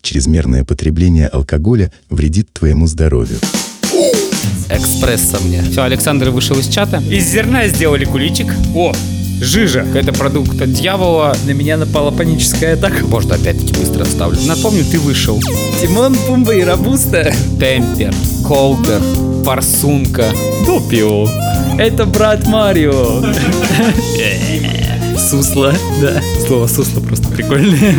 Чрезмерное потребление алкоголя вредит твоему здоровью. Экспресса мне. Все, Александр вышел из чата. Из зерна сделали куличик. О, жижа. Это продукт от дьявола. На меня напала паническая атака. Можно опять-таки быстро вставлю. Напомню, ты вышел. Тимон, Пумба и Робуста. Темпер, Колдер, Форсунка, Топио. Это брат Марио. Сусло. Да. Слово сусло просто прикольное.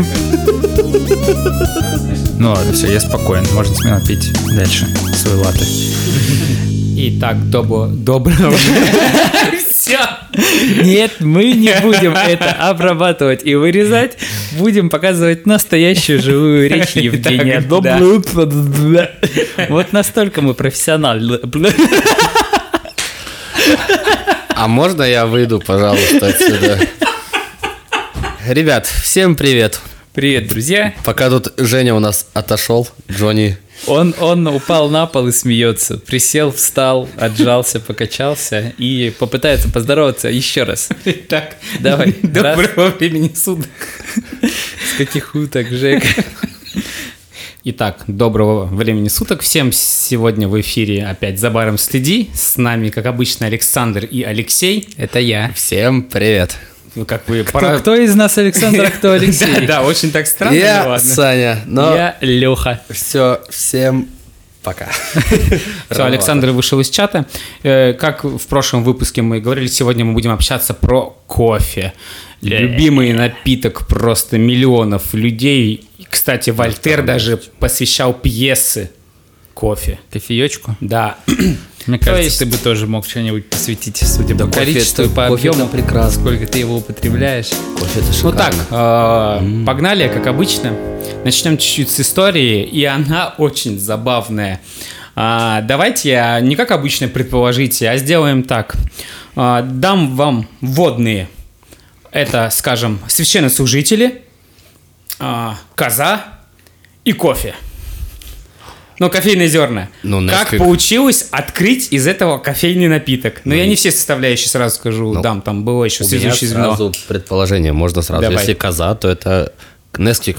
Ну ладно, все, я спокоен. Можно смело пить дальше свой латте. Итак, доброго. Все. Нет, мы не будем это обрабатывать и вырезать. Будем показывать настоящую живую речь Евгения. Вот настолько мы профессионалы. А можно я выйду, пожалуйста, отсюда? Ребят, всем привет. Привет, друзья. Пока тут Женя у нас отошел, Джонни. Он упал на пол и смеется. Присел, встал, отжался, покачался и попытается поздороваться еще раз. Так, давай. Доброго времени суток. С каких уток, Жек? Итак, доброго времени суток. Всем сегодня в эфире опять «За баром следи». С нами, как обычно, Александр и Алексей. Это я. Всем привет. Ну, как вы... Кто из нас Александр, а кто Алексей? Да, очень так странно. Я Саня, но... Я Леха. Все, всем пока. Все, Александр вышел из чата. Как в прошлом выпуске мы говорили, сегодня мы будем общаться про кофе. Любимый напиток просто миллионов людей. Кстати, Вольтер даже посвящал пьесы кофе. Кофеечку? Да. Мне кажется, ты бы тоже мог что-нибудь посвятить, судя по количеству и по объему, прекрасно. сколько ты его употребляешь. Кофе это Ну шикарно. так, погнали, как обычно. Начнем чуть-чуть с истории, и она очень забавная. Давайте не как обычно предположите, а сделаем так. Дам вам вводные. Это, скажем, священнослужители, коза и кофе. Ну, кофейные зерна. Как получилось открыть из этого кофейный напиток? Но я не все составляющие сразу скажу. Дам, там было еще следующее звено. Сразу предположение, можно сразу. Давай. Если коза, то это Несквик.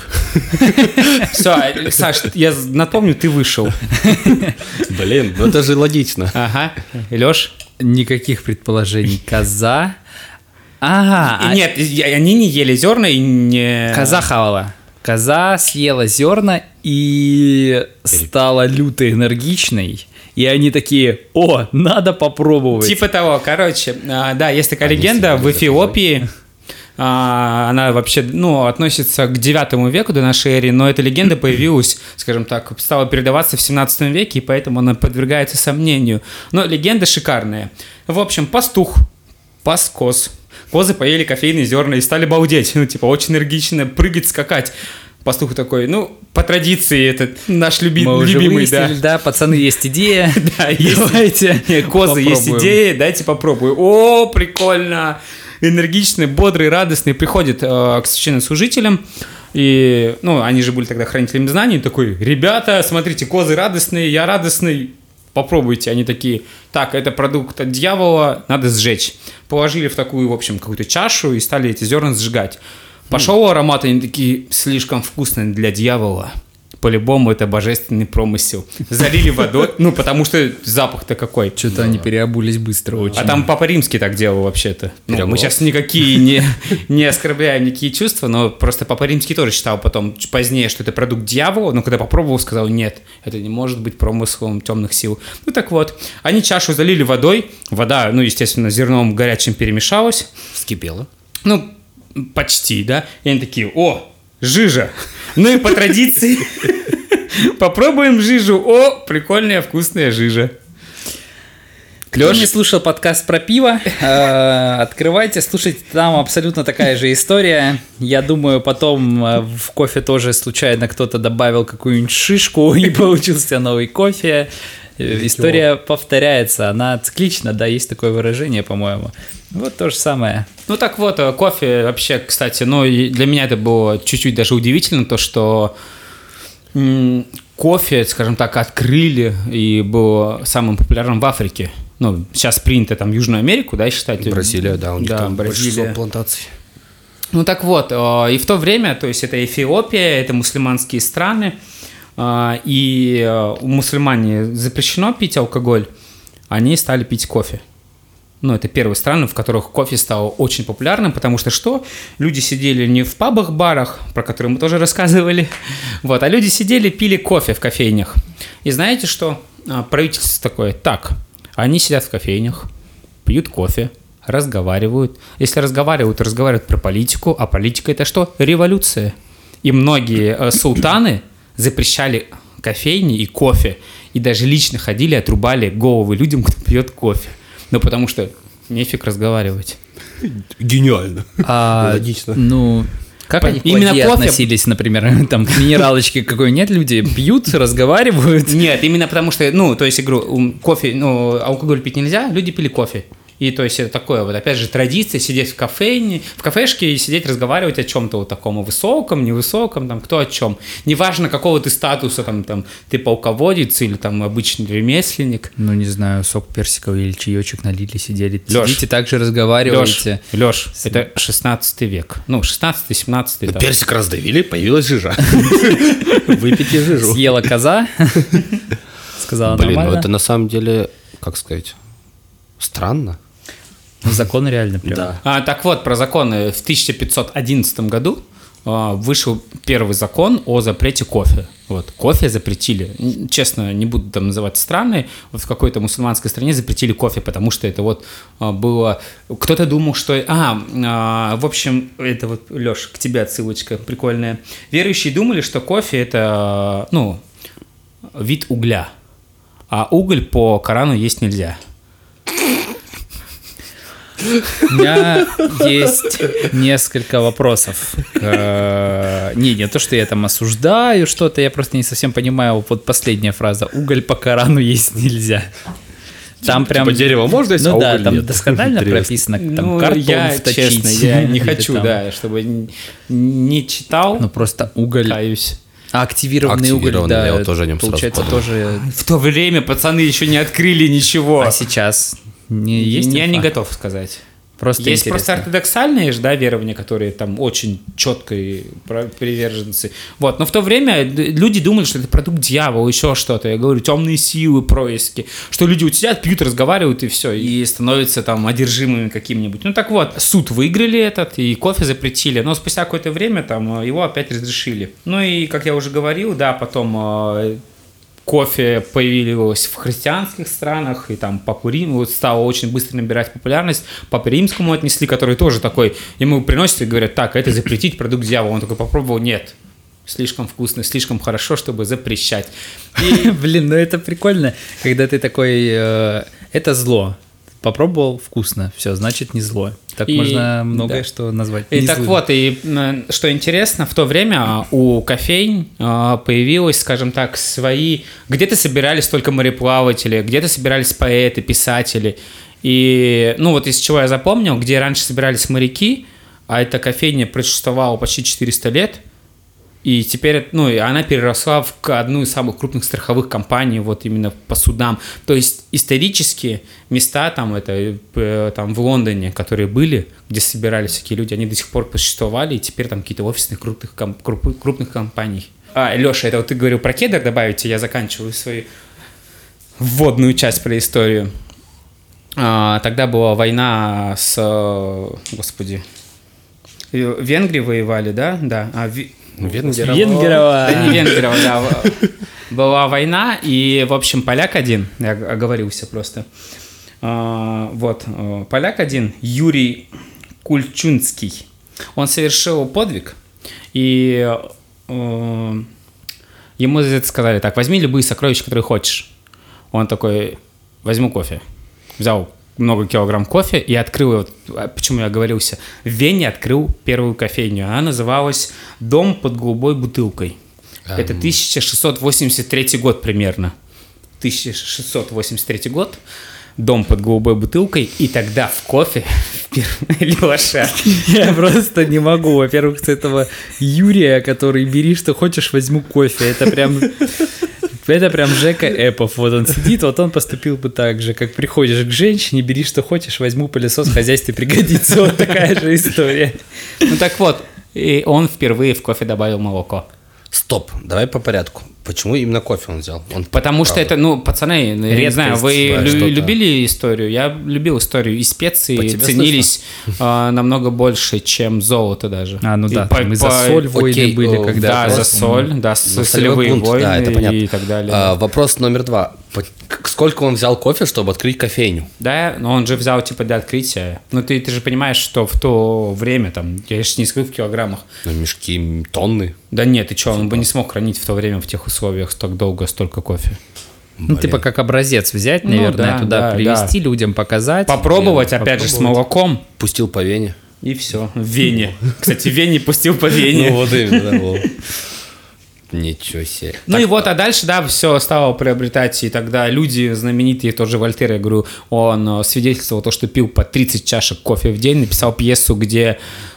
Все, Саш, я напомню, ты вышел. Блин, ну это же логично. Ага. Леш? Никаких предположений. Коза. Ага. Нет, они не ели зерна и не... Коза хавала. Коза съела зерна и стала люто энергичной. И они такие: о, надо попробовать. Типа того, короче, да, есть такая легенда в Эфиопии. Она вообще, относится к 9 веку до нашей эры, но эта легенда появилась, скажем так, стала передаваться в 17 веке, и поэтому она подвергается сомнению. Но легенда шикарная. В общем, пастух пас коз. Козы поели кофейные зерна и стали балдеть. Очень энергично прыгать, скакать. Пастух такой, по традиции, это наш любимый, да, пацаны, есть идея. Да, давайте. Козы, есть идея, дайте попробую. О, прикольно. Энергичный, бодрый, радостный. Приходит к священнослужителям. И, они же были тогда хранителями знаний. Такой: ребята, смотрите, козы радостные, я радостный. Попробуйте. Они такие: так, это продукт от дьявола, надо сжечь. Положили в такую, в общем, какую-то чашу и стали эти зерна сжигать. Пошел аромат, они такие: слишком вкусные для дьявола. По-любому это божественный промысел. Залили водой, потому что запах-то какой. Что-то они переобулись быстро очень. А там Папа Римский так делал вообще-то. Мы сейчас никакие не оскорбляем никакие чувства, но просто Папа Римский тоже считал потом, позднее, что это продукт дьявола, но когда попробовал, сказал: нет, это не может быть промыслом темных сил. Так вот, они чашу залили водой, вода, естественно, зерном горячим перемешалась. Вскипела. Почти, да. И они такие: о, жижа. И по традиции попробуем жижу. О, прикольная, вкусная жижа. Кто не слушал подкаст про пиво, открывайте, слушайте, там абсолютно такая же история. Я думаю, потом в кофе тоже случайно кто-то добавил какую-нибудь шишку и получился новый кофе. История повторяется, она циклична, да, есть такое выражение, по-моему. Вот то же самое. Так вот, кофе вообще, кстати, для меня это было чуть-чуть даже удивительно, то, что кофе, скажем так, открыли и был самым популярным в Африке. Сейчас принято там Южную Америку, да, считать. Бразилия, да, у них там Бразилия. большинство плантаций. Ну так вот, и в то время, то есть это Эфиопия, это мусульманские страны, и у мусульмане запрещено пить алкоголь, они стали пить кофе. Ну, это первые страны, в которых кофе стал очень популярным, потому что что? Люди сидели не в пабах, барах, про которые мы тоже рассказывали, вот, а люди сидели, пили кофе в кофейнях. И знаете что? Правительство такое, так, они сидят в кофейнях, пьют кофе, разговаривают. Если разговаривают про политику, а политика это что? Революция. И многие султаны запрещали кофейни и кофе, и даже лично ходили, отрубали головы людям, кто пьет кофе. Ну, потому что нефиг разговаривать. Гениально. Логично. Ну, как они к именно воде кофе относились, например, там, к минералочке какой? Нет, люди пьют, разговаривают. Нет, именно потому что, ну, то есть, кофе, ну, алкоголь пить нельзя, люди пили кофе. И то есть это такое вот, опять же, традиция сидеть в кафешке и сидеть разговаривать о чем-то вот таком высоком, невысоком, там, кто о чем. Неважно, какого ты статуса, там, ты полководец или там обычный ремесленник. Ну, не знаю, сок персиковый или чаечек налили, сидели. Сидите, так же разговариваете. Лёш, это 16 век. Ну, 16-17. Персик раздавили, появилась жижа. Выпейте жижу. Съела коза, сказала нормально. Блин, ну это на самом деле, как сказать, странно. Закон реально прям. Да. Так вот, про законы. В 1511 году вышел первый закон о запрете кофе. Вот, кофе запретили. Честно, не буду там называть страны. Вот в какой-то мусульманской стране запретили кофе, потому что это вот было... Кто-то думал, что... в общем, это вот, Лёш, к тебе отсылочка прикольная. Верующие думали, что кофе это, ну, вид угля. А уголь по Корану есть нельзя. У меня есть несколько вопросов. Не то, что я там осуждаю что-то, я просто не совсем понимаю вот последняя фраза. Уголь по Корану есть нельзя. Там прям... Типа дерево можно есть, ну, а да, уголь там нет. досконально Интересно. прописано, там Ну, картон я, вточить. честно, я не Или хочу, там. да, чтобы не читал, Ну, просто уголь... каюсь. А активированный уголь, Активированный, да, я вот тоже о нем сразу получается, подумал. тоже... В то время пацаны еще не открыли ничего. А сейчас не есть Я не инфа? готов сказать. Просто Есть просто интересно. ортодоксальные же, да, верования, которые там очень четкие приверженцы. Вот, но в то время люди думали, что это продукт дьявола, еще что-то. Я говорю, темные силы, происки. Что люди вот сидят, пьют, разговаривают и все, и становятся там одержимыми каким-нибудь. Ну так вот, суд выиграли этот, и кофе запретили, но спустя какое-то время там его опять разрешили. Ну и, как я уже говорил, да, потом... кофе появилось в христианских странах, и там Папу Риму вот стало очень быстро набирать популярность. Папе Римскому отнесли, который тоже такой, ему приносят и говорят, так, это запретить, продукт дьявола. Он такой попробовал, нет, слишком вкусно, слишком хорошо, чтобы запрещать. И, блин, ну это прикольно, когда ты такой, это зло. Попробовал, вкусно, все, значит не зло. Так И, можно многое да. что назвать. И не так злым. вот, и что интересно, в то время у кофейн появилось, скажем так, свои... Где-то собирались только мореплаватели, где-то собирались поэты, писатели. И, ну вот из чего я запомнил, где раньше собирались моряки, а эта кофейня просуществовала почти 400 лет, и теперь, ну, и она переросла в одну из самых крупных страховых компаний, вот именно по судам. То есть исторические места, там, это, там в Лондоне, которые были, где собирались всякие люди, они до сих пор существовали, и теперь там какие-то офисные крупных компаний. Леша, это вот ты говорил про кедр добавить, и я заканчиваю свою вводную часть про историю. Тогда была война с, господи, Венгрии воевали, да? Да. Венгерова. Да не Венгерова, да. Была война, и, в общем, поляк один, я оговорился просто. Вот, поляк один, Юрий Кульчунский, он совершил подвиг, и ему за это сказали, так, возьми любые сокровища, которые хочешь. Он такой, возьму кофе. Взял много килограмм кофе и открыл, почему я оговорился, в Вене открыл первую кофейню. Она называлась «Дом под голубой бутылкой». Это 1683 год примерно. 1683 год. Дом под голубой бутылкой. И тогда в кофе Леша. Я просто не могу. Во-первых, с этого Юрия, который «бери, что хочешь, возьму кофе». Это прям Это прям Жека Эпов. Вот он сидит, вот он поступил бы так же, как приходишь к женщине, бери что хочешь, возьму пылесос, в хозяйстве пригодится. Вот такая же история. Ну так вот, и он впервые в кофе добавил молоко. Стоп, давай по порядку. Почему именно кофе он взял? Потому что это, ну, пацаны, я не знаю, вы да, что-то. любили историю? Я любил историю. И специи По тебе ценились намного больше, чем золото даже. Ну И да, там и за соль войны окей, были да, когда-то. Да, за соль, да, солевые бунт, войны да, это понятно. и так далее. Вопрос номер 2. Сколько он взял кофе, чтобы открыть кофейню? Да, но он же взял типа для открытия. Ну ты же понимаешь, что в то время, там, я же не скажу в килограммах. Ну, мешки, тонны. Да нет, ты что, он бы не смог хранить в то время в тех условиях так долго столько кофе. Ну, типа как образец взять, Ну, наверное, да, туда да, привезти, людям показать. Попробовать, опять же, с молоком. Пустил по вене. И все. В Вене. Кстати, в Вене пустил по Вене. Ну, вот именно, да, вот. Ничего себе. Ну и вот, а дальше, да, все стало приобретать, и тогда люди знаменитые, тот же Вольтер, я говорю, он свидетельствовал то, что пил по 30 чашек кофе в день, написал пьесу, где,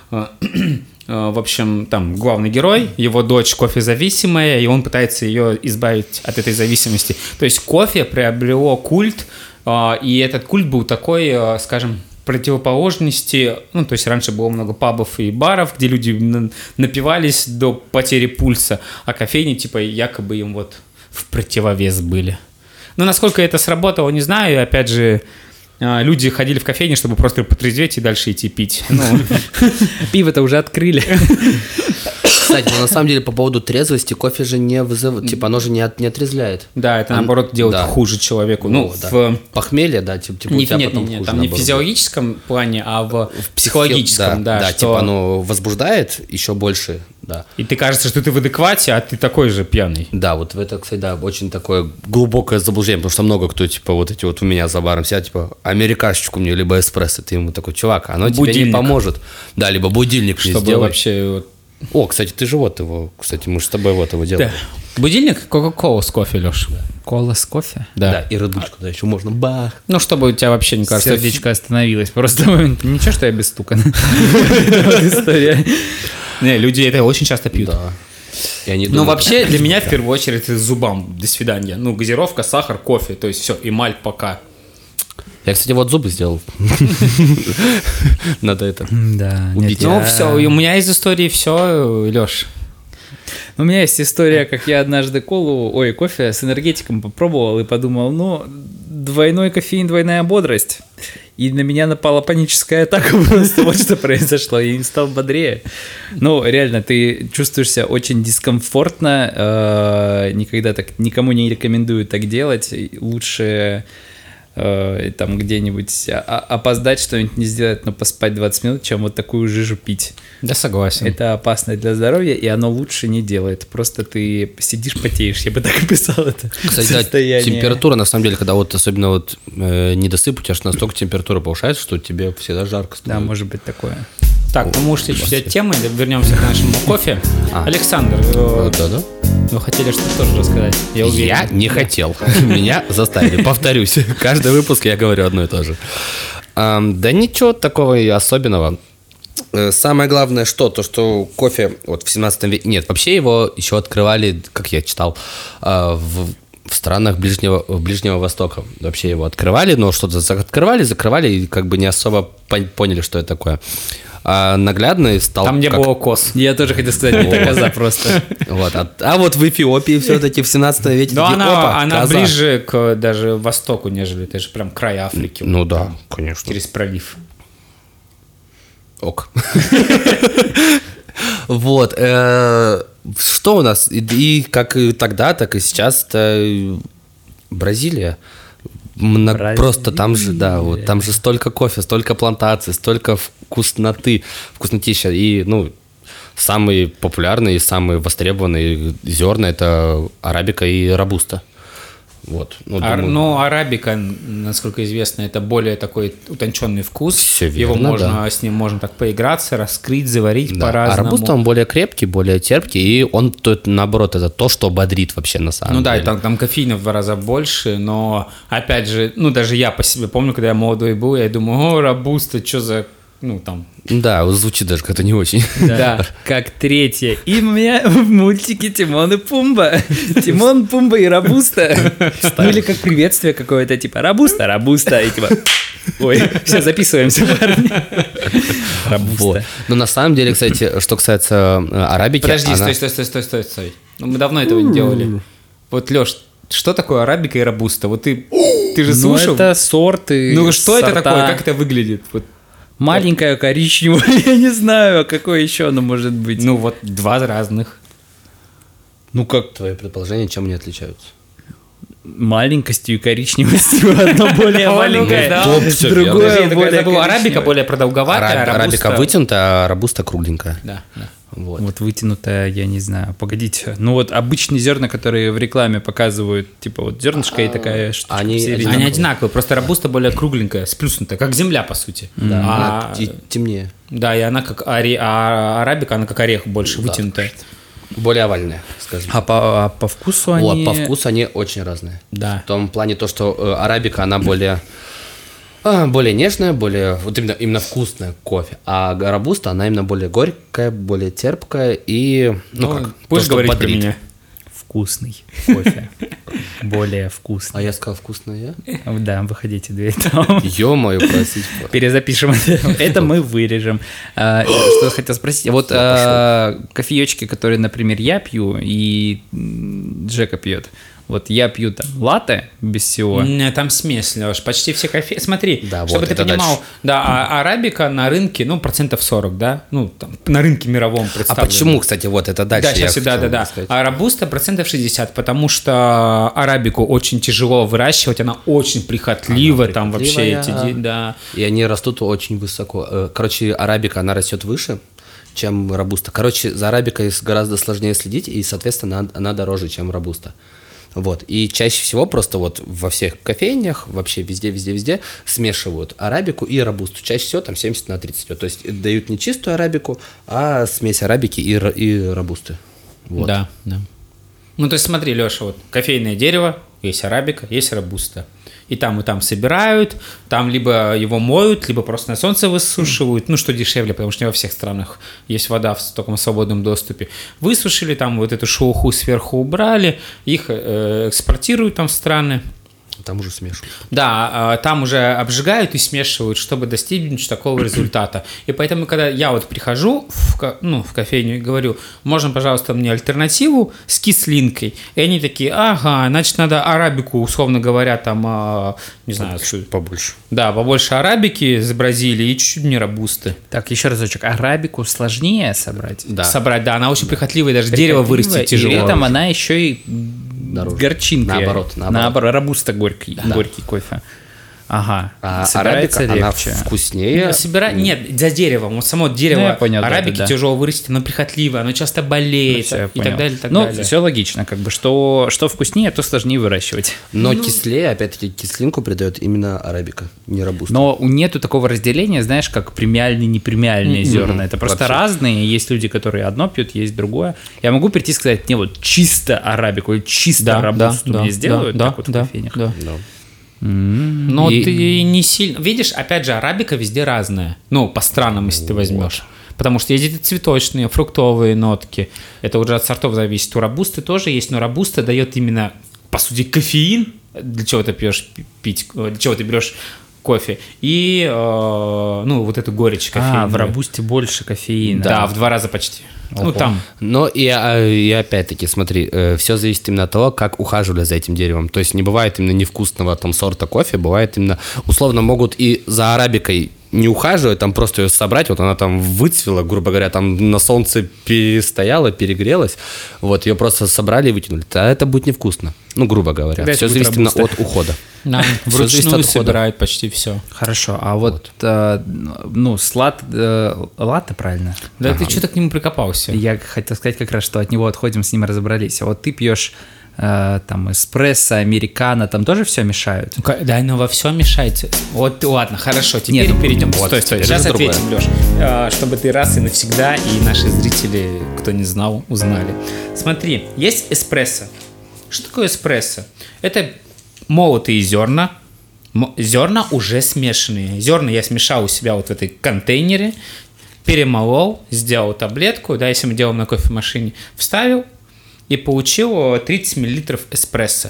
в общем, там главный герой, его дочь кофезависимая, и он пытается ее избавить от этой зависимости. То есть кофе приобрело культ, и этот культ был такой, скажем, противоположности, ну, то есть раньше было много пабов и баров, где люди напивались до потери пульса, а кофейни, типа, якобы им вот в противовес были. Но насколько это сработало, не знаю, и опять же, люди ходили в кофейни, чтобы просто потрезветь и дальше идти пить. Пиво-то уже открыли. Кстати, но на самом деле по поводу трезвости кофе же не вызывает, типа оно же не отрезвляет. Да, это наоборот делает да. хуже человеку. Ну, да. в... Похмелье, да, типа у тебя потом хуже. Там не в наоборот. физиологическом плане, а в психологическом, да. Да, что... типа оно возбуждает еще больше, да. И ты кажется, что ты в адеквате, а ты такой же пьяный. Да, вот в это, кстати, да, очень такое глубокое заблуждение, потому что много кто, типа, вот эти вот у меня за баром сидят, типа, америкашечку мне, либо эспрессо, ты ему такой, чувак, оно тебе не поможет. Да, либо будильник мне Чтобы сделай. вообще... О, кстати, ты же вот его, кстати, мы же с тобой вот его делали. Да. Будильник Кока-Кола с кофе, Леш. Кола с кофе? Да, и редучку, да, еще можно, бах. Ну, чтобы у тебя вообще, не кажется... Сердечко остановилось просто в момент. Ничего, что я без стука. Вот история. Не, люди это очень часто пьют. Да. И они Ну, думают, вообще, для меня в первую очередь это зубам. До свидания. Ну, газировка, сахар, кофе. То есть все, эмаль пока. Я, кстати, вот зубы сделал. Надо это Да. убить. Ну, все, у меня из истории все, Леш. У меня есть история, как я однажды кофе с энергетиком попробовал и подумал, ну, двойной кофеин, двойная бодрость. И на меня напала паническая атака просто, вот что произошло, я не стал бодрее. Ну, реально, ты чувствуешь себя очень дискомфортно, никогда так, никому не рекомендую так делать, лучше... там где-нибудь опоздать, что-нибудь не сделать, но поспать 20 минут, чем вот такую жижу пить. Да, согласен. Это опасно для здоровья, и оно лучше не делает. Просто ты сидишь, потеешь, я бы так описал это Кстати, да, состояние. температура, на самом деле, когда вот особенно вот недосып, у тебя же настолько температура повышается, что тебе всегда жарко Да, становится. может быть такое. Так, ну можете чуть от темы, вернемся к нашему кофе. Александр, Да-да. вы хотели что-то тоже рассказать? Я уверен. Я не хотел. Меня заставили. Повторюсь. Каждый выпуск я говорю одно и то же. Да ничего такого особенного. Самое главное, то, что кофе вот в 17 веке... Нет, вообще его еще открывали, как я читал, в странах Ближнего Востока. Вообще его открывали, но что-то открывали, закрывали и как бы не особо поняли, что это такое. А наглядный стал... Там не было коз. Я тоже хотел сказать, это коза просто. Вот. А вот в Эфиопии все-таки в 17 веке... Но такие, она коза. ближе к даже востоку, нежели это же прям край Африки. Ну да, конечно. Через пролив. Ок. Вот. Что у нас? И как и тогда, так и сейчас это Бразилия. Просто там же, да, вот там же столько кофе, столько плантаций, столько вкуснотища. И, ну, самые популярные, самые востребованные зерна — это арабика и робуста. Вот. Ну, думаю, Ну, арабика, насколько известно, это более такой утонченный вкус. Всё верно, Его можно, да. с ним можно так поиграться, раскрыть, заварить да. по-разному. А робуста, он более крепкий, более терпкий, и он, наоборот, это то, что бодрит вообще на самом Ну да, деле. и там кофеина в 2 раза больше, но, опять же, ну, даже я по себе помню, когда я молодой был, я думаю, робуста, что за ну, там... Да, звучит даже как-то не очень. Да. Как третье имя в мультике Тимон и Пумба. Тимон, Пумба и Робуста. Ну или как приветствие какое-то, типа Робуста, Робуста. И типа, ой, все, записываемся, парни. Вот. Робуста. Но на самом деле, кстати, что касается арабики... Подожди, она- стой. Ну, мы давно этого не делали. Вот, Лёш, что такое арабика и робуста? Вот ты же Ну слушал? это сорты. Ну, что это сорта. такое? Как это выглядит? Вот. Маленькое коричневое, я не знаю, а какое еще оно может быть. Ну, вот два разных. Ну как Твои предположения чем они отличаются? маленькостью и коричневостью. Одно более Он маленькое, угадал. Всё, другое Подожди, я более забыл, арабика коричневое. более продолговатая, а Арабика робуста... вытянутая, а робуста кругленькая. Да, да. Вот. Вот вытянутая, я не знаю, погодите. Ну вот обычные зерна, которые в рекламе показывают, типа вот зернышко и такая штучка они посередине. Они одинаковые, просто робуста более кругленькая, сплюснутая, как земля, по сути. Да, А- она темнее. Да, и она как а арабика, она как орех больше вытянутая. Более овальная, скажем. А по вкусу Вот, они... по вкусу они очень разные. Да. В том плане то, что арабика, она более нежная, более вот именно вкусная кофе, а робуста, она именно более горькая, более терпкая и, Будешь что говорить про бодрит. меня? Вкусный кофе. Более вкусный. А я сказал вкусная, Да, выходите, дверь там. Ё-моё, простите. Перезапишем это. Это мы вырежем. Что хотел спросить. Вот кофеечки, которые, например, я пью и Джека пьет. Вот я пью там латте без всего. Там смесь, Леш, почти все кофе. Смотри, Да, чтобы вот ты это понимал, дальше. да, арабика на рынке, ну, 40%, да? Ну, там, на рынке мировом А представлена. почему, кстати, вот это дальше? Да, сейчас, я хотел да. сказать. А робуста 60%, потому что арабику очень тяжело выращивать, она очень прихотливая, там вообще прихотливая. да. И они растут очень высоко. Короче, арабика, она растет выше, чем робуста. Короче, за арабикой гораздо сложнее следить, и, соответственно, она дороже, чем робуста. Вот. И чаще всего просто вот во всех кофейнях, вообще везде смешивают арабику и робусту. Чаще всего там 70/30. То есть дают не чистую арабику, а смесь арабики и робусты. Вот. Да. Ну, то есть смотри, Леша, вот кофейное дерево, есть арабика, есть робуста. И там собирают, там либо его моют, либо просто на солнце высушивают, ну, что дешевле, потому что не во всех странах есть вода в таком свободном доступе. Высушили, там вот эту шелуху сверху убрали, их экспортируют там в страны. Там уже смешивают. Да, там уже обжигают и смешивают, чтобы достигнуть такого результата. И поэтому, когда я вот прихожу в кофейню и говорю, можно, пожалуйста, мне альтернативу с кислинкой? И они такие, ага, значит, надо арабику, условно говоря, там, не знаю, Побольше. да, побольше арабики из Бразилии и чуть-чуть не робусты. Так, еще разочек. Арабику сложнее собрать? Да. Собрать, да, она очень прихотливая, даже дерево вырастить И тяжело. при этом она еще и Дороже. горчинкой. Наоборот. Робуста горький кофе. Ага. А Собирается арабика, она легче. вкуснее. Нет, за деревом. Вот само дерево Ну, я понял, да, арабики да. тяжело вырастить, оно прихотливое, оно часто болеет Всё, я и понял. так далее, и так Ну, далее. все логично, как бы, что вкуснее, то сложнее выращивать. Но кислее, опять-таки, кислинку придает именно арабика, не робуста. Но нету такого разделения, знаешь, как премиальные, непремиальные зерна. Это просто Вообще. разные. Есть люди, которые одно пьют, есть другое. Я могу прийти и сказать, мне вот чисто арабику или чисто робусту мне сделают, так вот в кофейнях. да. Да. Но И- ты не сильно... Видишь, опять же, арабика везде разная. Ну, по странам, если ты возьмешь. Потому что есть эти цветочные, фруктовые нотки. Это уже от сортов зависит. У робусты тоже есть, но робуста дает именно, по сути, кофеин. Для чего ты пьешь пить? Для чего ты берешь кофе? И, вот эту горечь кофейную. в робусте больше кофеина. Да, в 2 раза почти. Ну, там... Но и опять-таки, смотри, все зависит именно от того, как ухаживали за этим деревом. То есть не бывает именно невкусного там сорта кофе, бывает именно, условно, могут и за арабикой не ухаживать, там просто ее собрать, вот она там выцвела, грубо говоря, там на солнце перестояла, перегрелась, вот, ее просто собрали и вытянули. А это будет невкусно, ну, грубо говоря. Тогда это Все будет зависит именно робуста. от ухода. Да, Всё зависит вручную от ухода. собирают почти все. Хорошо, а вот, латте, правильно? Да ты что-то к нему прикопался? Я хотел сказать как раз, что от него отходим, с ним разобрались. А вот ты пьешь там эспрессо, американо, там тоже все мешают? Да, но во все мешается. Вот, ладно, хорошо, теперь Нет, перейдем. вот, Стой, теперь сейчас уже другое. ответим, Леш, чтобы ты раз и навсегда, и наши зрители, кто не знал, узнали. Смотри, есть эспрессо. Что такое эспрессо? Это молотые зерна, Зерна уже смешанные. Зерна я смешал у себя вот в этой контейнере, перемолол, сделал таблетку, да, если мы делаем на кофемашине, вставил и получил 30 мл эспрессо.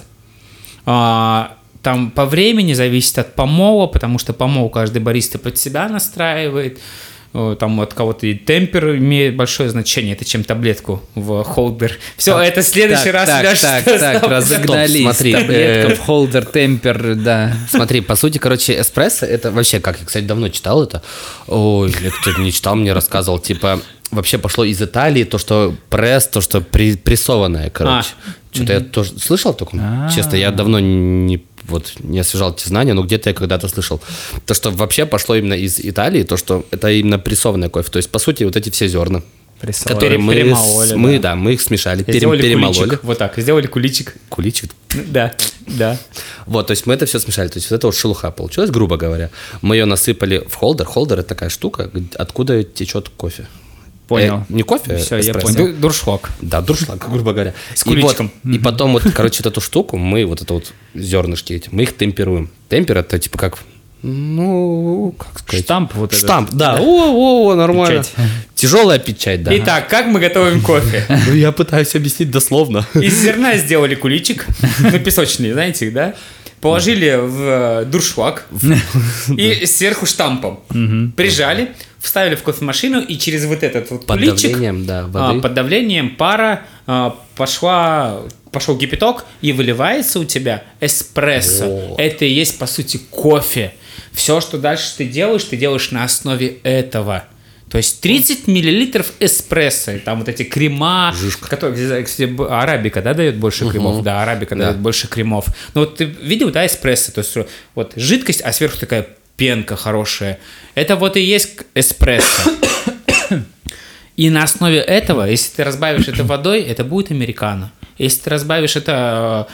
Там по времени зависит от помола, потому что помол каждый бариста под себя настраивает. Там от кого-то и темпер имеет большое значение, это чем таблетку в холдер. Все, это в следующий раз, Леша. Так, разогнались. Смотри, Таблетка в холдер, темпер, да. Смотри, по сути, короче, эспрессо, это вообще, как я, кстати, давно читал это. Ой, кто-то не читал, мне рассказывал, типа, вообще пошло из Италии то, что пресс, то, что прессованное, короче. Что-то я тоже слышал только. Честно, я давно не освежал эти знания, но где-то я когда-то слышал. То, что вообще пошло именно из Италии, то, что это именно прессованное кофе. То есть, по сути, вот эти все зерна, которые мы перемололи, мы их смешали, перемололи. Куличик. Вот так, сделали куличик. Куличик? Да. Вот, то есть мы это все смешали. То есть вот это вот шелуха получилась, грубо говоря. Мы ее насыпали в холдер. Холдер — это такая штука, откуда течет кофе. Понял. Не кофе, все, эспрессо. Я понял. Дуршлаг. Да, дуршлаг, грубо говоря. С куличиком. И потом вот, короче, вот эту штуку, мы вот это вот зернышки эти, мы их темперуем. Темпер — это типа как, как сказать? Штамп вот этот. Штамп, да. О, нормально. Печать. Тяжелая печать, да. Итак, как мы готовим кофе? Ну, я пытаюсь объяснить дословно. Из зерна сделали куличик, песочный, знаете их, да? Положили в дуршлаг и сверху штампом прижали, вставили в кофемашину, и через вот этот вот Под куличик давлением, да, воды. под давлением пара пошел кипяток, и выливается у тебя эспрессо. О. Это и есть, по сути, кофе. Все, что дальше ты делаешь на основе этого. То есть 30 миллилитров эспрессо, и там вот эти крема, которые, кстати, арабика, да, дает больше кремов? Да, арабика дает больше кремов. Ну вот ты видел, да, эспрессо? То есть вот жидкость, а сверху такая пенка хорошая. Это вот и есть эспрессо. И на основе этого, если ты разбавишь это водой, это будет американо. Если ты разбавишь это,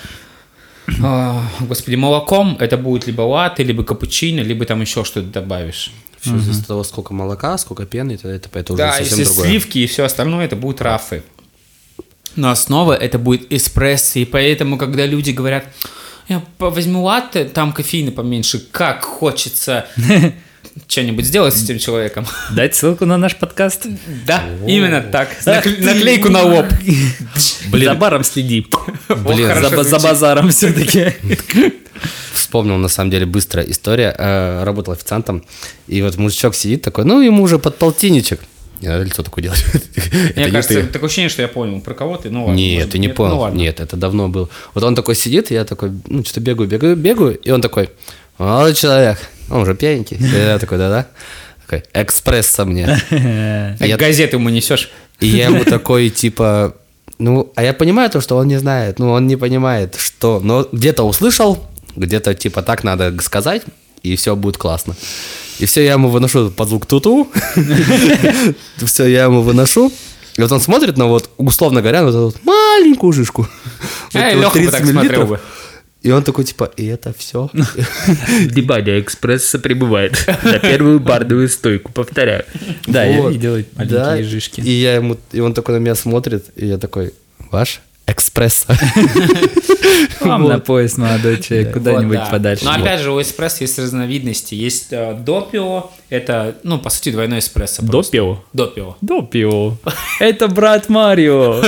молоком, это будет либо латте, либо капучино, либо там еще что-то добавишь. Все зависит от того, сколько молока, сколько пены, это уже да, совсем если другое. сливки и все остальное, это будут рафы. Но основа это будет эспрессо, и поэтому, когда люди говорят, я возьму латте, там кофеина поменьше, как хочется что-нибудь сделать с этим человеком. Дать ссылку на наш подкаст. Да, именно так. Наклейку на лоб. За баром следи. Блин, За базаром все-таки. Вспомнил, на самом деле, быстрая история. Работал официантом, и вот мужичок сидит такой, ему уже под полтинничек. Не надо лицо такое делать. Мне кажется, такое ощущение, что я понял, про кого ты. Ну ладно. Нет, ты не понял. Нет, это давно было. Вот он такой сидит, и я такой, что-то бегаю, и он такой, молодой человек, он уже пьяненький. И я такой, да-да. Такой, экспресса мне. Газеты ему несешь. И я ему такой, типа, а я понимаю то, что он не знает, он не понимает, что, но где-то услышал, где-то, типа, так надо сказать, и все будет классно. И все, я ему выношу под звук ту-ту. Все, я ему выношу. И вот он смотрит на вот, условно говоря, на вот маленькую жишку. Леха бы так смотрел бы. И он такой, типа, и это все? Дебадя экспресса прибывает на первую бардовую стойку, повторяю. Да, я видел маленькие жишки. И он такой на меня смотрит, и я такой, ваш экспресса. Вам на пояс, молодой человек, куда-нибудь подальше. Но опять же, у эспрессо есть разновидности. Есть допио, это, по сути, двойной эспрессо. Допио? Допио. Это брат Марио.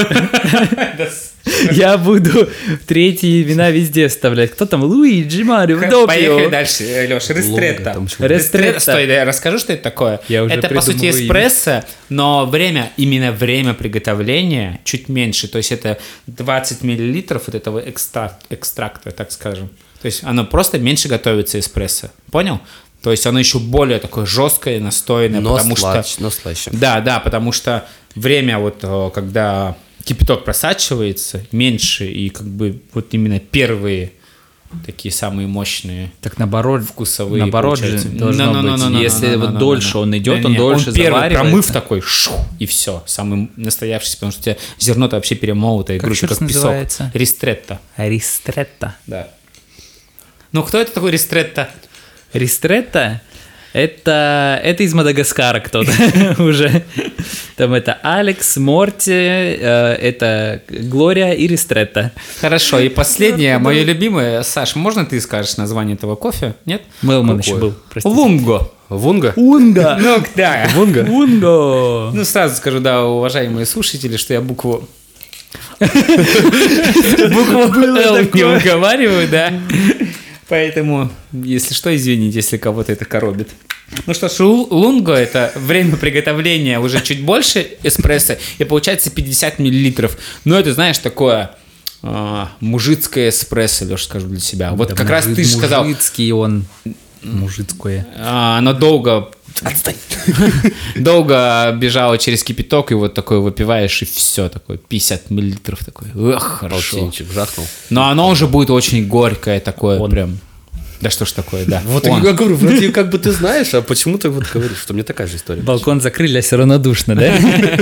Я буду третьи вина везде вставлять. Кто там? Луиджи, Марио, Допио. Поехали дальше, Леша. Ристретто. Стой, я расскажу, что это такое. Это, по сути, эспрессо, но именно время приготовления чуть меньше. То есть это 20 миллилитров вот этого экстракта, так скажем. То есть оно просто меньше готовится эспрессо. Понял? То есть оно еще более такое жесткое, настойное. Но слаще. Да, потому что время вот когда кипяток просачивается меньше, и как бы вот именно первые такие самые мощные, так наоборот, вкусовые. Наоборот же должно быть. Если вот дольше он идет, он дольше заваривается. Первый промыв такой, и все, самый настоявшийся, потому что у тебя зерно-то вообще перемолотое, как песок. Называется? Ристретто. Да. Кто это такой ристретто? Ристретто? Это из Мадагаскара кто-то уже. Там это Алекс, Морти, это Глория и Ристретта. Хорошо, и последнее, мое любимое. Саш, можно ты скажешь название этого кофе? Нет? Мелман еще был, простите. Лунго. Вунга? Унга. Ну, да. Вунга? Унго. Ну, сразу скажу, да, уважаемые слушатели, что я букву L не выговариваю, да. Поэтому, если что, извините, если кого-то это коробит. Ну что ж, лунго – это время приготовления уже чуть больше эспрессо, и получается 50 миллилитров. Но это, знаешь, такое мужицкое эспрессо, Леша, скажу для себя. Вот Да, как раз ты же сказал. Мужицкий он. Мужицкое. Оно долго... Отстань. Долго бежало через кипяток, и вот такой выпиваешь, и все, такое 50 миллилитров такой. Эх, хорошо. Полтинчик жахнул. Но оно уже будет очень горькое такое, прям. Да что ж такое, да. Вот Он. я говорю, вроде как бы ты знаешь, а почему ты вот говоришь, что мне такая же история? Балкон закрыли, а все равно душно, да?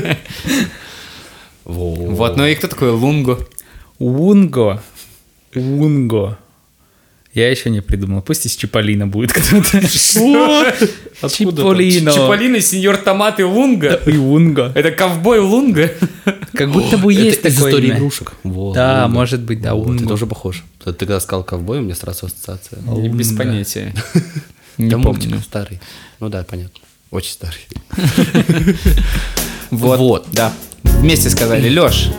Вот, ну и кто такой Лунго? Унго. Унго. Я еще не придумал. Пусть из Чиполлино будет кто-то. Чиполлино. Чиполлино, сеньор Томат и Лунго. И Унго. Это ковбой Лунго. Как будто бы есть из такое истории имя. игрушек. Во, Да, Лунга. может быть, да, Вот, ты Унго. тоже похож. Ты когда сказал ковбой, у меня сразу ассоциация. Без понятия. Не Да мультик помню. старый. Ну да, понятно. Очень старый. Вот, да. Вместе сказали, Лёш,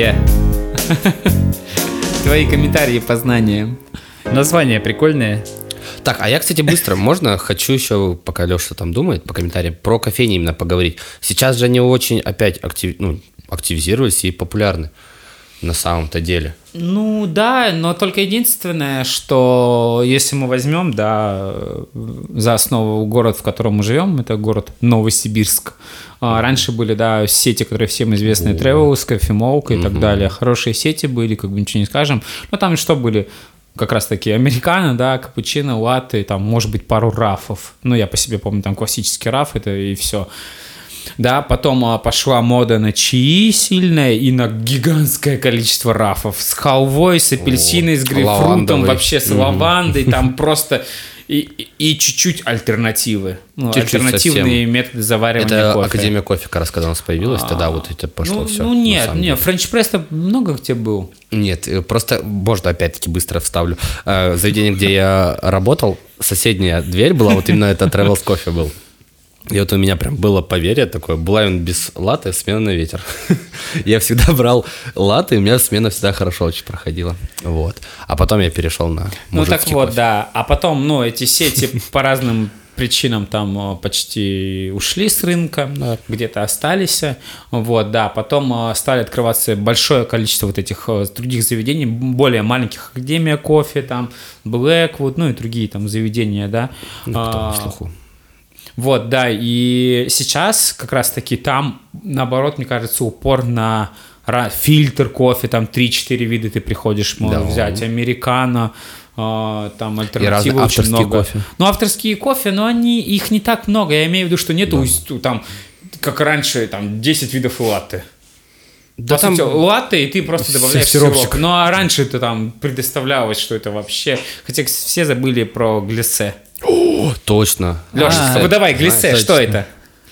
твои комментарии и познания. Название прикольное. Так, а я, кстати, быстро, можно? Хочу еще, пока Леша там думает, по комментариям, про кофейни именно поговорить. Сейчас же они очень опять активизировались и популярны на самом-то деле. Ну да, но только единственное, что если мы возьмем, да, за основу город, в котором мы живем, это город Новосибирск. Раньше были, да, сети, которые всем известны, Travelers, Кофемолка и так далее. Хорошие сети были, как бы ничего не скажем. Но там что были? Как раз таки американо, да, капучино, латте, там, может быть, пару рафов. Ну, я по себе помню, там классический раф, это и все. Да, потом пошла мода на чаи сильная и на гигантское количество рафов. С халвой, с апельсиной, с грейпфрутом, лавандовый. вообще с лавандой, там просто... И чуть-чуть альтернативы. Ну, Чуть-чуть альтернативные совсем. методы заваривания Это кофе. Академия кофе, как раз когда у нас появилась, тогда вот это пошло все. Ну нет, френч-пресс-то много где был. Нет, просто, можно опять-таки быстро вставлю. Заведение, где я работал, соседняя дверь была, вот именно это Travelers Coffee был. И вот у меня прям было поверье такое, булавин без латте, смена на ветер. Я всегда брал латте, и у меня смена всегда хорошо очень проходила. Вот. А потом я перешел на Ну так мужицкий вот, кофе. да. А потом, ну, эти сети по разным причинам там почти ушли с рынка, где-то остались. Вот, да. Потом стали открываться большое количество вот этих других заведений, более маленьких, Академия кофе, там, Blackwood, ну и другие там заведения, да. Ну, кто на слуху. Вот, да, и сейчас как раз-таки там, наоборот, мне кажется, упор на фильтр кофе, там 3-4 вида ты приходишь, можешь взять, американо, там альтернативы очень много. Кофе. Ну, авторские кофе, но их не так много, я имею в виду, что нету там, как раньше, там 10 видов латте. Да По там сути, латте, и ты просто добавляешь сиропчик. сироп. Ну, а раньше это там предоставлялось, что это вообще... Хотя все забыли про глиссе. О, точно. Леша, выдавай глиссе, знаешь, что это?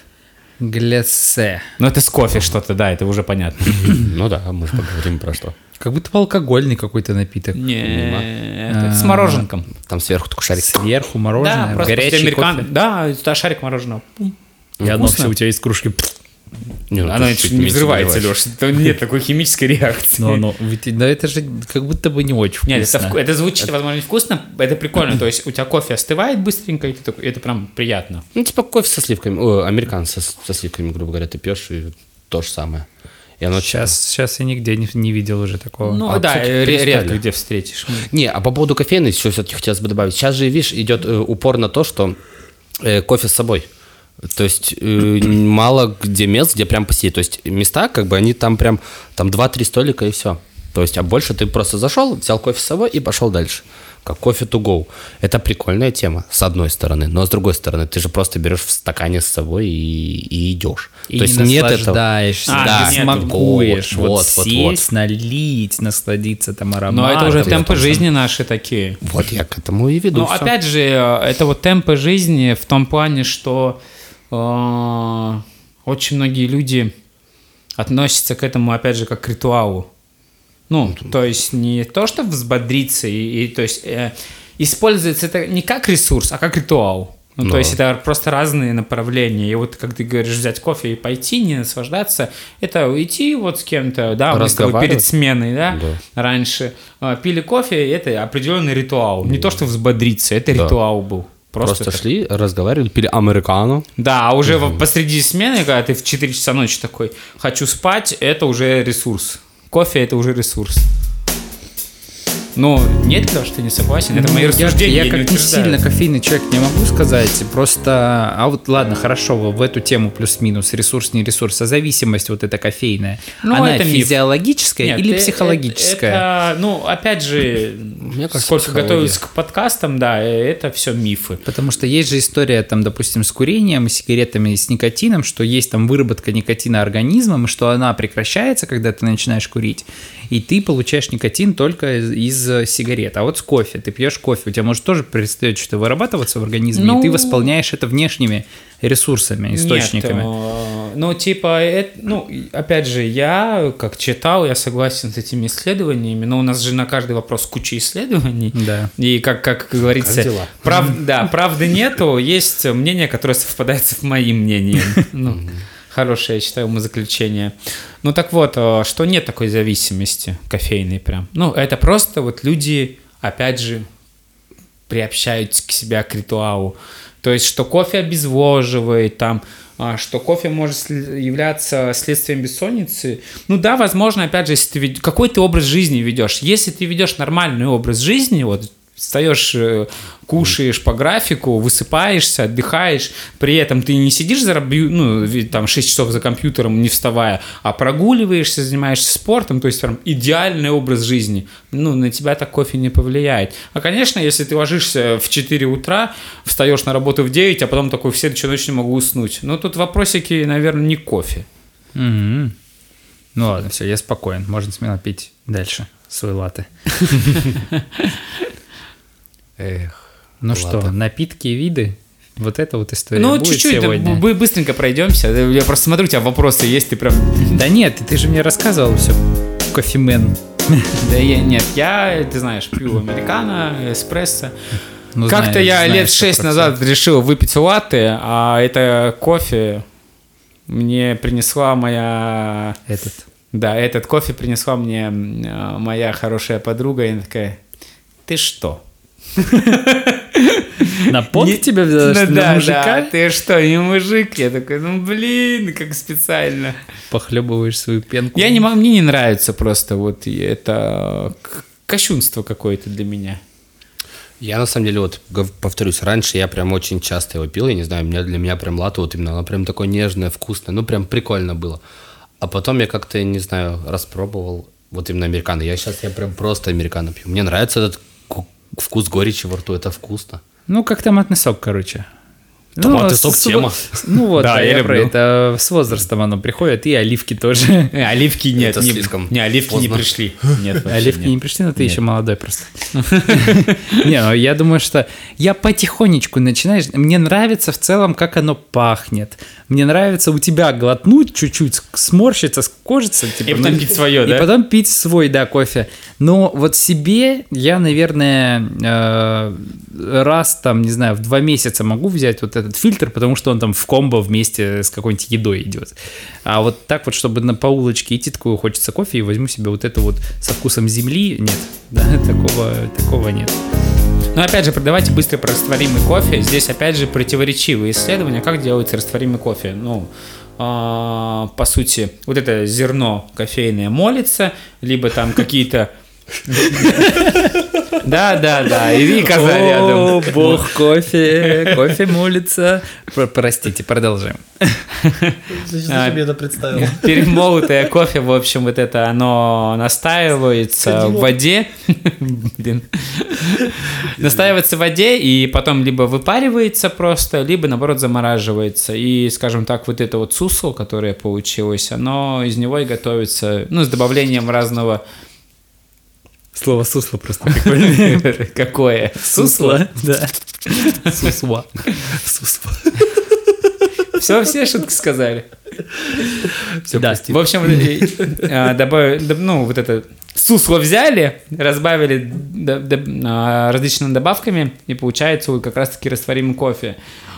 Глессе. Ну, это с кофе что-то, да, это уже понятно. Ну да, мы же поговорим про что. Как будто алкогольный какой-то напиток. Не, это с мороженком. Там сверху только шарик. Сверху мороженое, Да, просто горячий американ. кофе. Да, это шарик мороженого. И оно все у тебя из кружки. Не, ну, Оно ты чуть не меньше взрывается, наливаешь. Леша. Нет такой химической реакции. Но оно, да это же как будто бы не очень вкусно. Нет, это звучит, возможно, невкусно, это прикольно. То есть у тебя кофе остывает быстренько, и это прям приятно. Ну, типа кофе со сливками, американ со сливками, грубо говоря, ты пьешь, и то же самое. И оно Сейчас я нигде не видел уже такого. Ну да, кстати, редко перестали. где встретишь. Не, а по поводу кофейны еще все-таки хотелось бы добавить. Сейчас же, видишь, идет упор на то, что кофе с собой. То есть мало где мест, где прям посидеть. То есть места, как бы они там прям, там 2-3 столика и все. То есть, а больше ты просто зашел, взял кофе с собой и пошел дальше. Как кофе to go. Это прикольная тема, с одной стороны. Но с другой стороны, ты же просто берешь в стакане с собой и идешь. И То есть не нет этого. наслаждаешься, Да, не нет, смакуешь. Вот вот. сесть, налить, насладиться там ароматом. Но это уже темпы там жизни наши такие. Вот я к этому и веду. Ну, всё. опять же, это вот темпы жизни в том плане, что очень многие люди относятся к этому, опять же, как к ритуалу. Ну, то есть не то, что взбодриться, то есть используется это не как ресурс, а как ритуал. Ну, то есть это просто разные направления. И вот, как ты говоришь, взять кофе и пойти, не наслаждаться, это уйти вот с кем-то, да, мы с тобой перед сменой, да, раньше пили кофе, это определенный ритуал. Не то, что взбодриться, это ритуал был. Просто шли, разговаривали, пили американо. Да, а уже посреди смены, когда ты в 4 часа ночи такой, хочу спать, это уже ресурс. Кофе – это уже ресурс. Ну, нет, Леш, ты не согласен? Это мои рассуждения. Я как не сильно кофейный человек не могу сказать. Просто, а вот ладно, хорошо, в эту тему плюс-минус, ресурс, не ресурс, а зависимость вот эта кофейная, она это физиологическая или психологическая? Ну, опять же, сколько готовился к подкастам, да, это все мифы. Потому что есть же история, там, допустим, с курением, с сигаретами, с никотином, что есть там выработка никотина организмом, и что она прекращается, когда ты начинаешь курить, и ты получаешь никотин только из сигарет. А вот с кофе, ты пьешь кофе, у тебя может тоже перестает что-то вырабатываться в организме, и ты восполняешь это внешними ресурсами, источниками. Нет, ну, типа, опять же, я как читал, я согласен с этими исследованиями, но у нас же на каждый вопрос куча исследований. Да. И как говорится, правды нету, есть мнение, которое совпадает с моим мнением. Хорошее, я считаю, умозаключение. Ну так вот, что нет такой зависимости кофейной прям. Ну, это просто вот люди, опять же, приобщают к себя к ритуалу. То есть, что кофе обезвоживает, там, что кофе может являться следствием бессонницы. Ну да, возможно, опять же, если ты какой ты образ жизни ведешь. Если ты ведешь нормальный образ жизни, вот, встаешь, кушаешь по графику, высыпаешься, отдыхаешь, при этом ты не сидишь там 6 часов за компьютером, не вставая, а прогуливаешься, занимаешься спортом, то есть прям идеальный образ жизни. Ну, на тебя так кофе не повлияет. А, конечно, если ты ложишься в 4 утра, встаешь на работу в 9, а потом такой в следующую ночь не могу уснуть. Но тут вопросики, наверное, не кофе. Ну ладно, все, я спокоен. Можно смело пить дальше свой латте. Ну что, напитки и виды? Вот это вот история будет чуть-чуть, сегодня. Быстренько пройдемся. Я просто смотрю, у тебя вопросы есть, ты прям... Да нет, ты же мне рассказывал все, кофемен. Да я, ты знаешь, пью американо, эспрессо. Ну, как-то я лет 6 назад решил выпить латте, а это кофе мне принесла моя... этот кофе принесла мне моя хорошая подруга, и она такая, ты что? На пот тебя взяла, что на мужика? Да, ты что, не мужик? Я такой, как специально. Похлебываешь свою пенку. Мне не нравится просто вот это кощунство какое-то для меня. Я на самом деле, вот повторюсь, раньше я прям очень часто его пил, я не знаю, для меня прям латте вот именно, оно прям такое нежное, вкусное, ну прям прикольно было. А потом я как-то, не знаю, распробовал вот именно американо. Я прям просто американо пью. Мне нравится этот вкус горечи во рту, это вкусно. Ну, как томатный сок, короче. Томатный сок тема. Ну вот, да, я про это с возрастом оно приходит, и оливки тоже. Оливки нет. Это слишком оливки поздно. не пришли. Нет, оливки не пришли, но ты еще молодой просто. Не, ну я думаю, что я потихонечку начинаешь... Мне нравится в целом, как оно пахнет. Мне нравится у тебя глотнуть чуть-чуть, сморщиться, скожиться. И потом пить свое, да? И потом пить свой, да, кофе. Но вот себе я, наверное, раз там, не знаю, в 2 месяца могу взять вот этот фильтр, потому что он там в комбо вместе с какой-нибудь едой идет. А вот так вот, чтобы по улочке идти, такое хочется кофе, и возьму себе вот это вот со вкусом земли, нет, да, такого нет. Но опять же, давайте быстро про растворимый кофе. Здесь опять же противоречивые исследования, как делается растворимый кофе. По сути, вот это зерно кофейное молится, либо там какие-то... Да, и коза рядом. О, бог кофе молится. Простите, продолжим. Зачем себе это представил? Перемолотое кофе, в общем, вот это оно настаивается в воде. Настаивается в воде и потом либо выпаривается просто, либо, наоборот, замораживается. И, скажем так, вот это вот сусло, которое получилось, оно из него и готовится, с добавлением разного... Слово сусло просто прикольное. Какое? Сусло? Да. Сусло. Все шутки сказали. Всё, Да, прости. в общем, вот это сусло взяли, разбавили различными добавками, и получается как раз-таки растворимый кофе.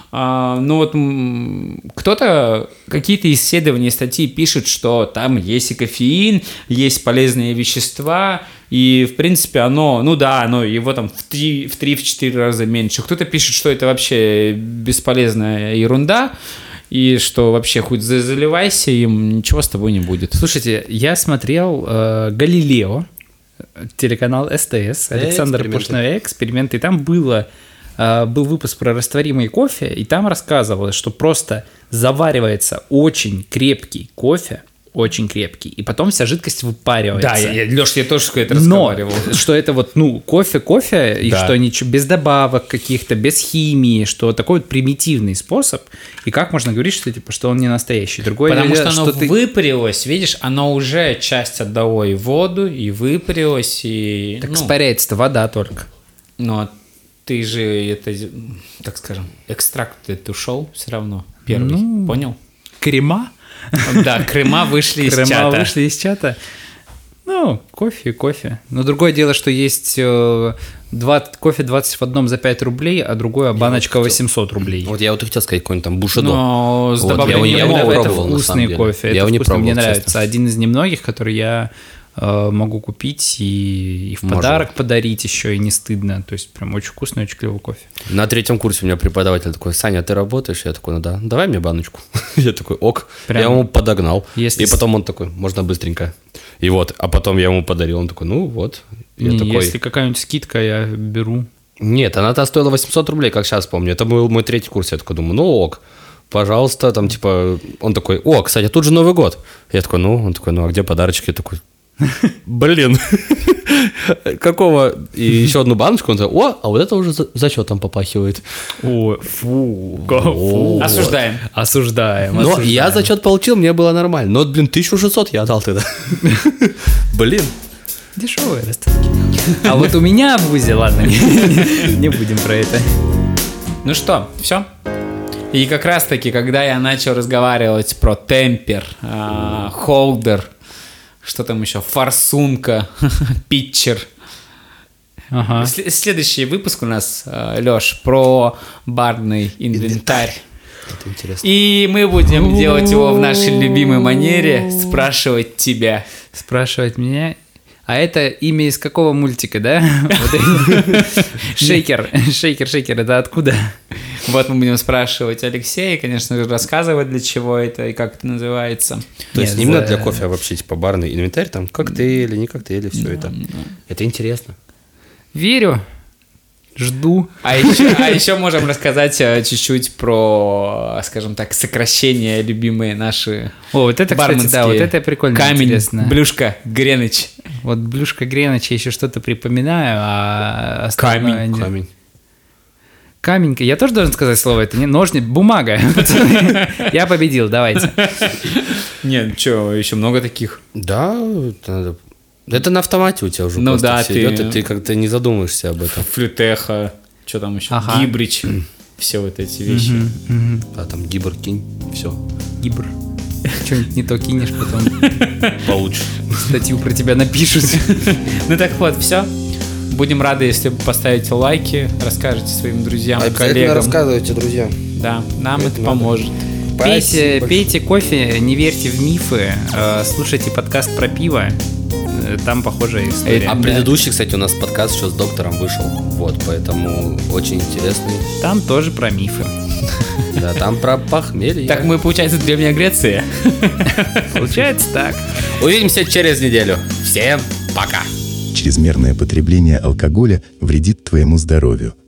Кто-то, какие-то исследования, статьи пишут, что там есть и кофеин, есть полезные вещества, и, в принципе, оно его там в 3-4 раза меньше. Кто-то пишет, что это вообще бесполезная ерунда, и что вообще хоть заливайся им, ничего с тобой не будет. Слушайте, я смотрел «Галилео», телеканал СТС, Александр Эксперименты. Пушной, эксперименты, и там был выпуск про растворимый кофе, и там рассказывалось, что просто заваривается очень крепкий кофе, очень крепкий, и потом вся жидкость выпаривается. Да, Леш, я тоже это Но, разговаривал. что это кофе, и Да. что ничего без добавок каких-то, без химии, что такой вот примитивный способ, и как можно говорить, что он не настоящий. Другое Потому дело, что оно ты- выпарилось, видишь, оно уже часть отдало и воду, и выпарилось, и... Так испаряется-то вода только. Но ты же это, так скажем, экстракт ты ушел все равно первый, понял? Крема? Да, крема вышли из Крема чата. вышли из чата. Кофе. Но другое дело, что есть кофе 20 в одном за 5 рублей, а другое баночка 800 рублей. Вот я хотел сказать какой-нибудь там бушедо. Но с Вот, добавлением я его не меда. это пробовал, на самом вкусный деле. кофе. Я Это его не вкусно, мне пробовал, нравится. честно. Один из немногих, который я могу купить и в Можно. подарок подарить еще, и не стыдно. То есть прям очень вкусный, очень клевый кофе. На 3-м курсе у меня преподаватель такой: Саня, ты работаешь? Я такой: ну да. Давай мне баночку. Я такой: ок. Прям, Я ему подогнал. если И потом он такой: можно быстренько. И вот, а потом я ему подарил. Он такой: ну вот. Я такой: Если какая-нибудь скидка, я беру. нет, она-то стоила 800 рублей, как сейчас помню. Это был мой 3-й курс. Я такой думаю: ну ок. Пожалуйста, там типа... Он такой: о, кстати, тут же Новый год. Я такой: он такой: ну а где подарочки? Я такой: блин, какого? И еще одну баночку. Он такой: о, а вот это уже зачетом попахивает. О, фу. Осуждаем. Осуждаем. Но я зачет получил, мне было нормально. Но, блин, 1600 я отдал тогда. Блин. Дешевые расценки. А вот у меня в ВУЗе, ладно, не будем про это. Ну что, все? И как раз-таки, когда я начал разговаривать про темпер, холдер, что там еще, форсунка, питчер. Ага. Следующий выпуск у нас, Леш, про барный инвентарь. Это интересно. И мы будем делать его в нашей любимой манере, спрашивать тебя. Спрашивать меня. А это имя из какого мультика, да? Вот это. Шейкер, это откуда? Вот мы будем спрашивать Алексея, конечно же, рассказывать, для чего это и как это называется. То есть Нет, именно за- для кофе, а вообще типа барный инвентарь, там коктейли, не коктейли, все это. Это интересно. Верю, жду. А еще можем рассказать чуть-чуть про, скажем так, сокращения любимые наши. О, вот это, кстати, да, вот это прикольно, Камень, интересно. Блюшка, Греныч. Вот Блюшка Греноча еще что-то припоминаю, а остальное не- Камень. Каменька. Я тоже должен сказать слово, это не ножницы, бумага. Я победил, давайте. Нет, что, еще много таких. Да, это на автомате у тебя уже Ну просто да, все ты- идет, и ты как-то не задумаешься об этом. Флютеха, что там еще? Ага. Гибрич. Все вот эти вещи. А там гибр кинь, все, Гибр. Что-нибудь не то кинешь, потом получше. статью про тебя напишут. Ну так вот, все. Будем рады, если вы поставите лайки, расскажете своим друзьям, коллегам. рассказывайте, друзья. Да, нам это надо. поможет. Пейте кофе, не верьте в мифы, слушайте подкаст про пиво. Там похожая история. А предыдущий, кстати, у нас подкаст еще с доктором вышел. Вот, поэтому очень интересный. Там тоже про мифы. Да, там про похмелье. Так мы, получается, Древняя Греция. Получается так. Увидимся через неделю. Всем пока. Чрезмерное потребление алкоголя вредит твоему здоровью.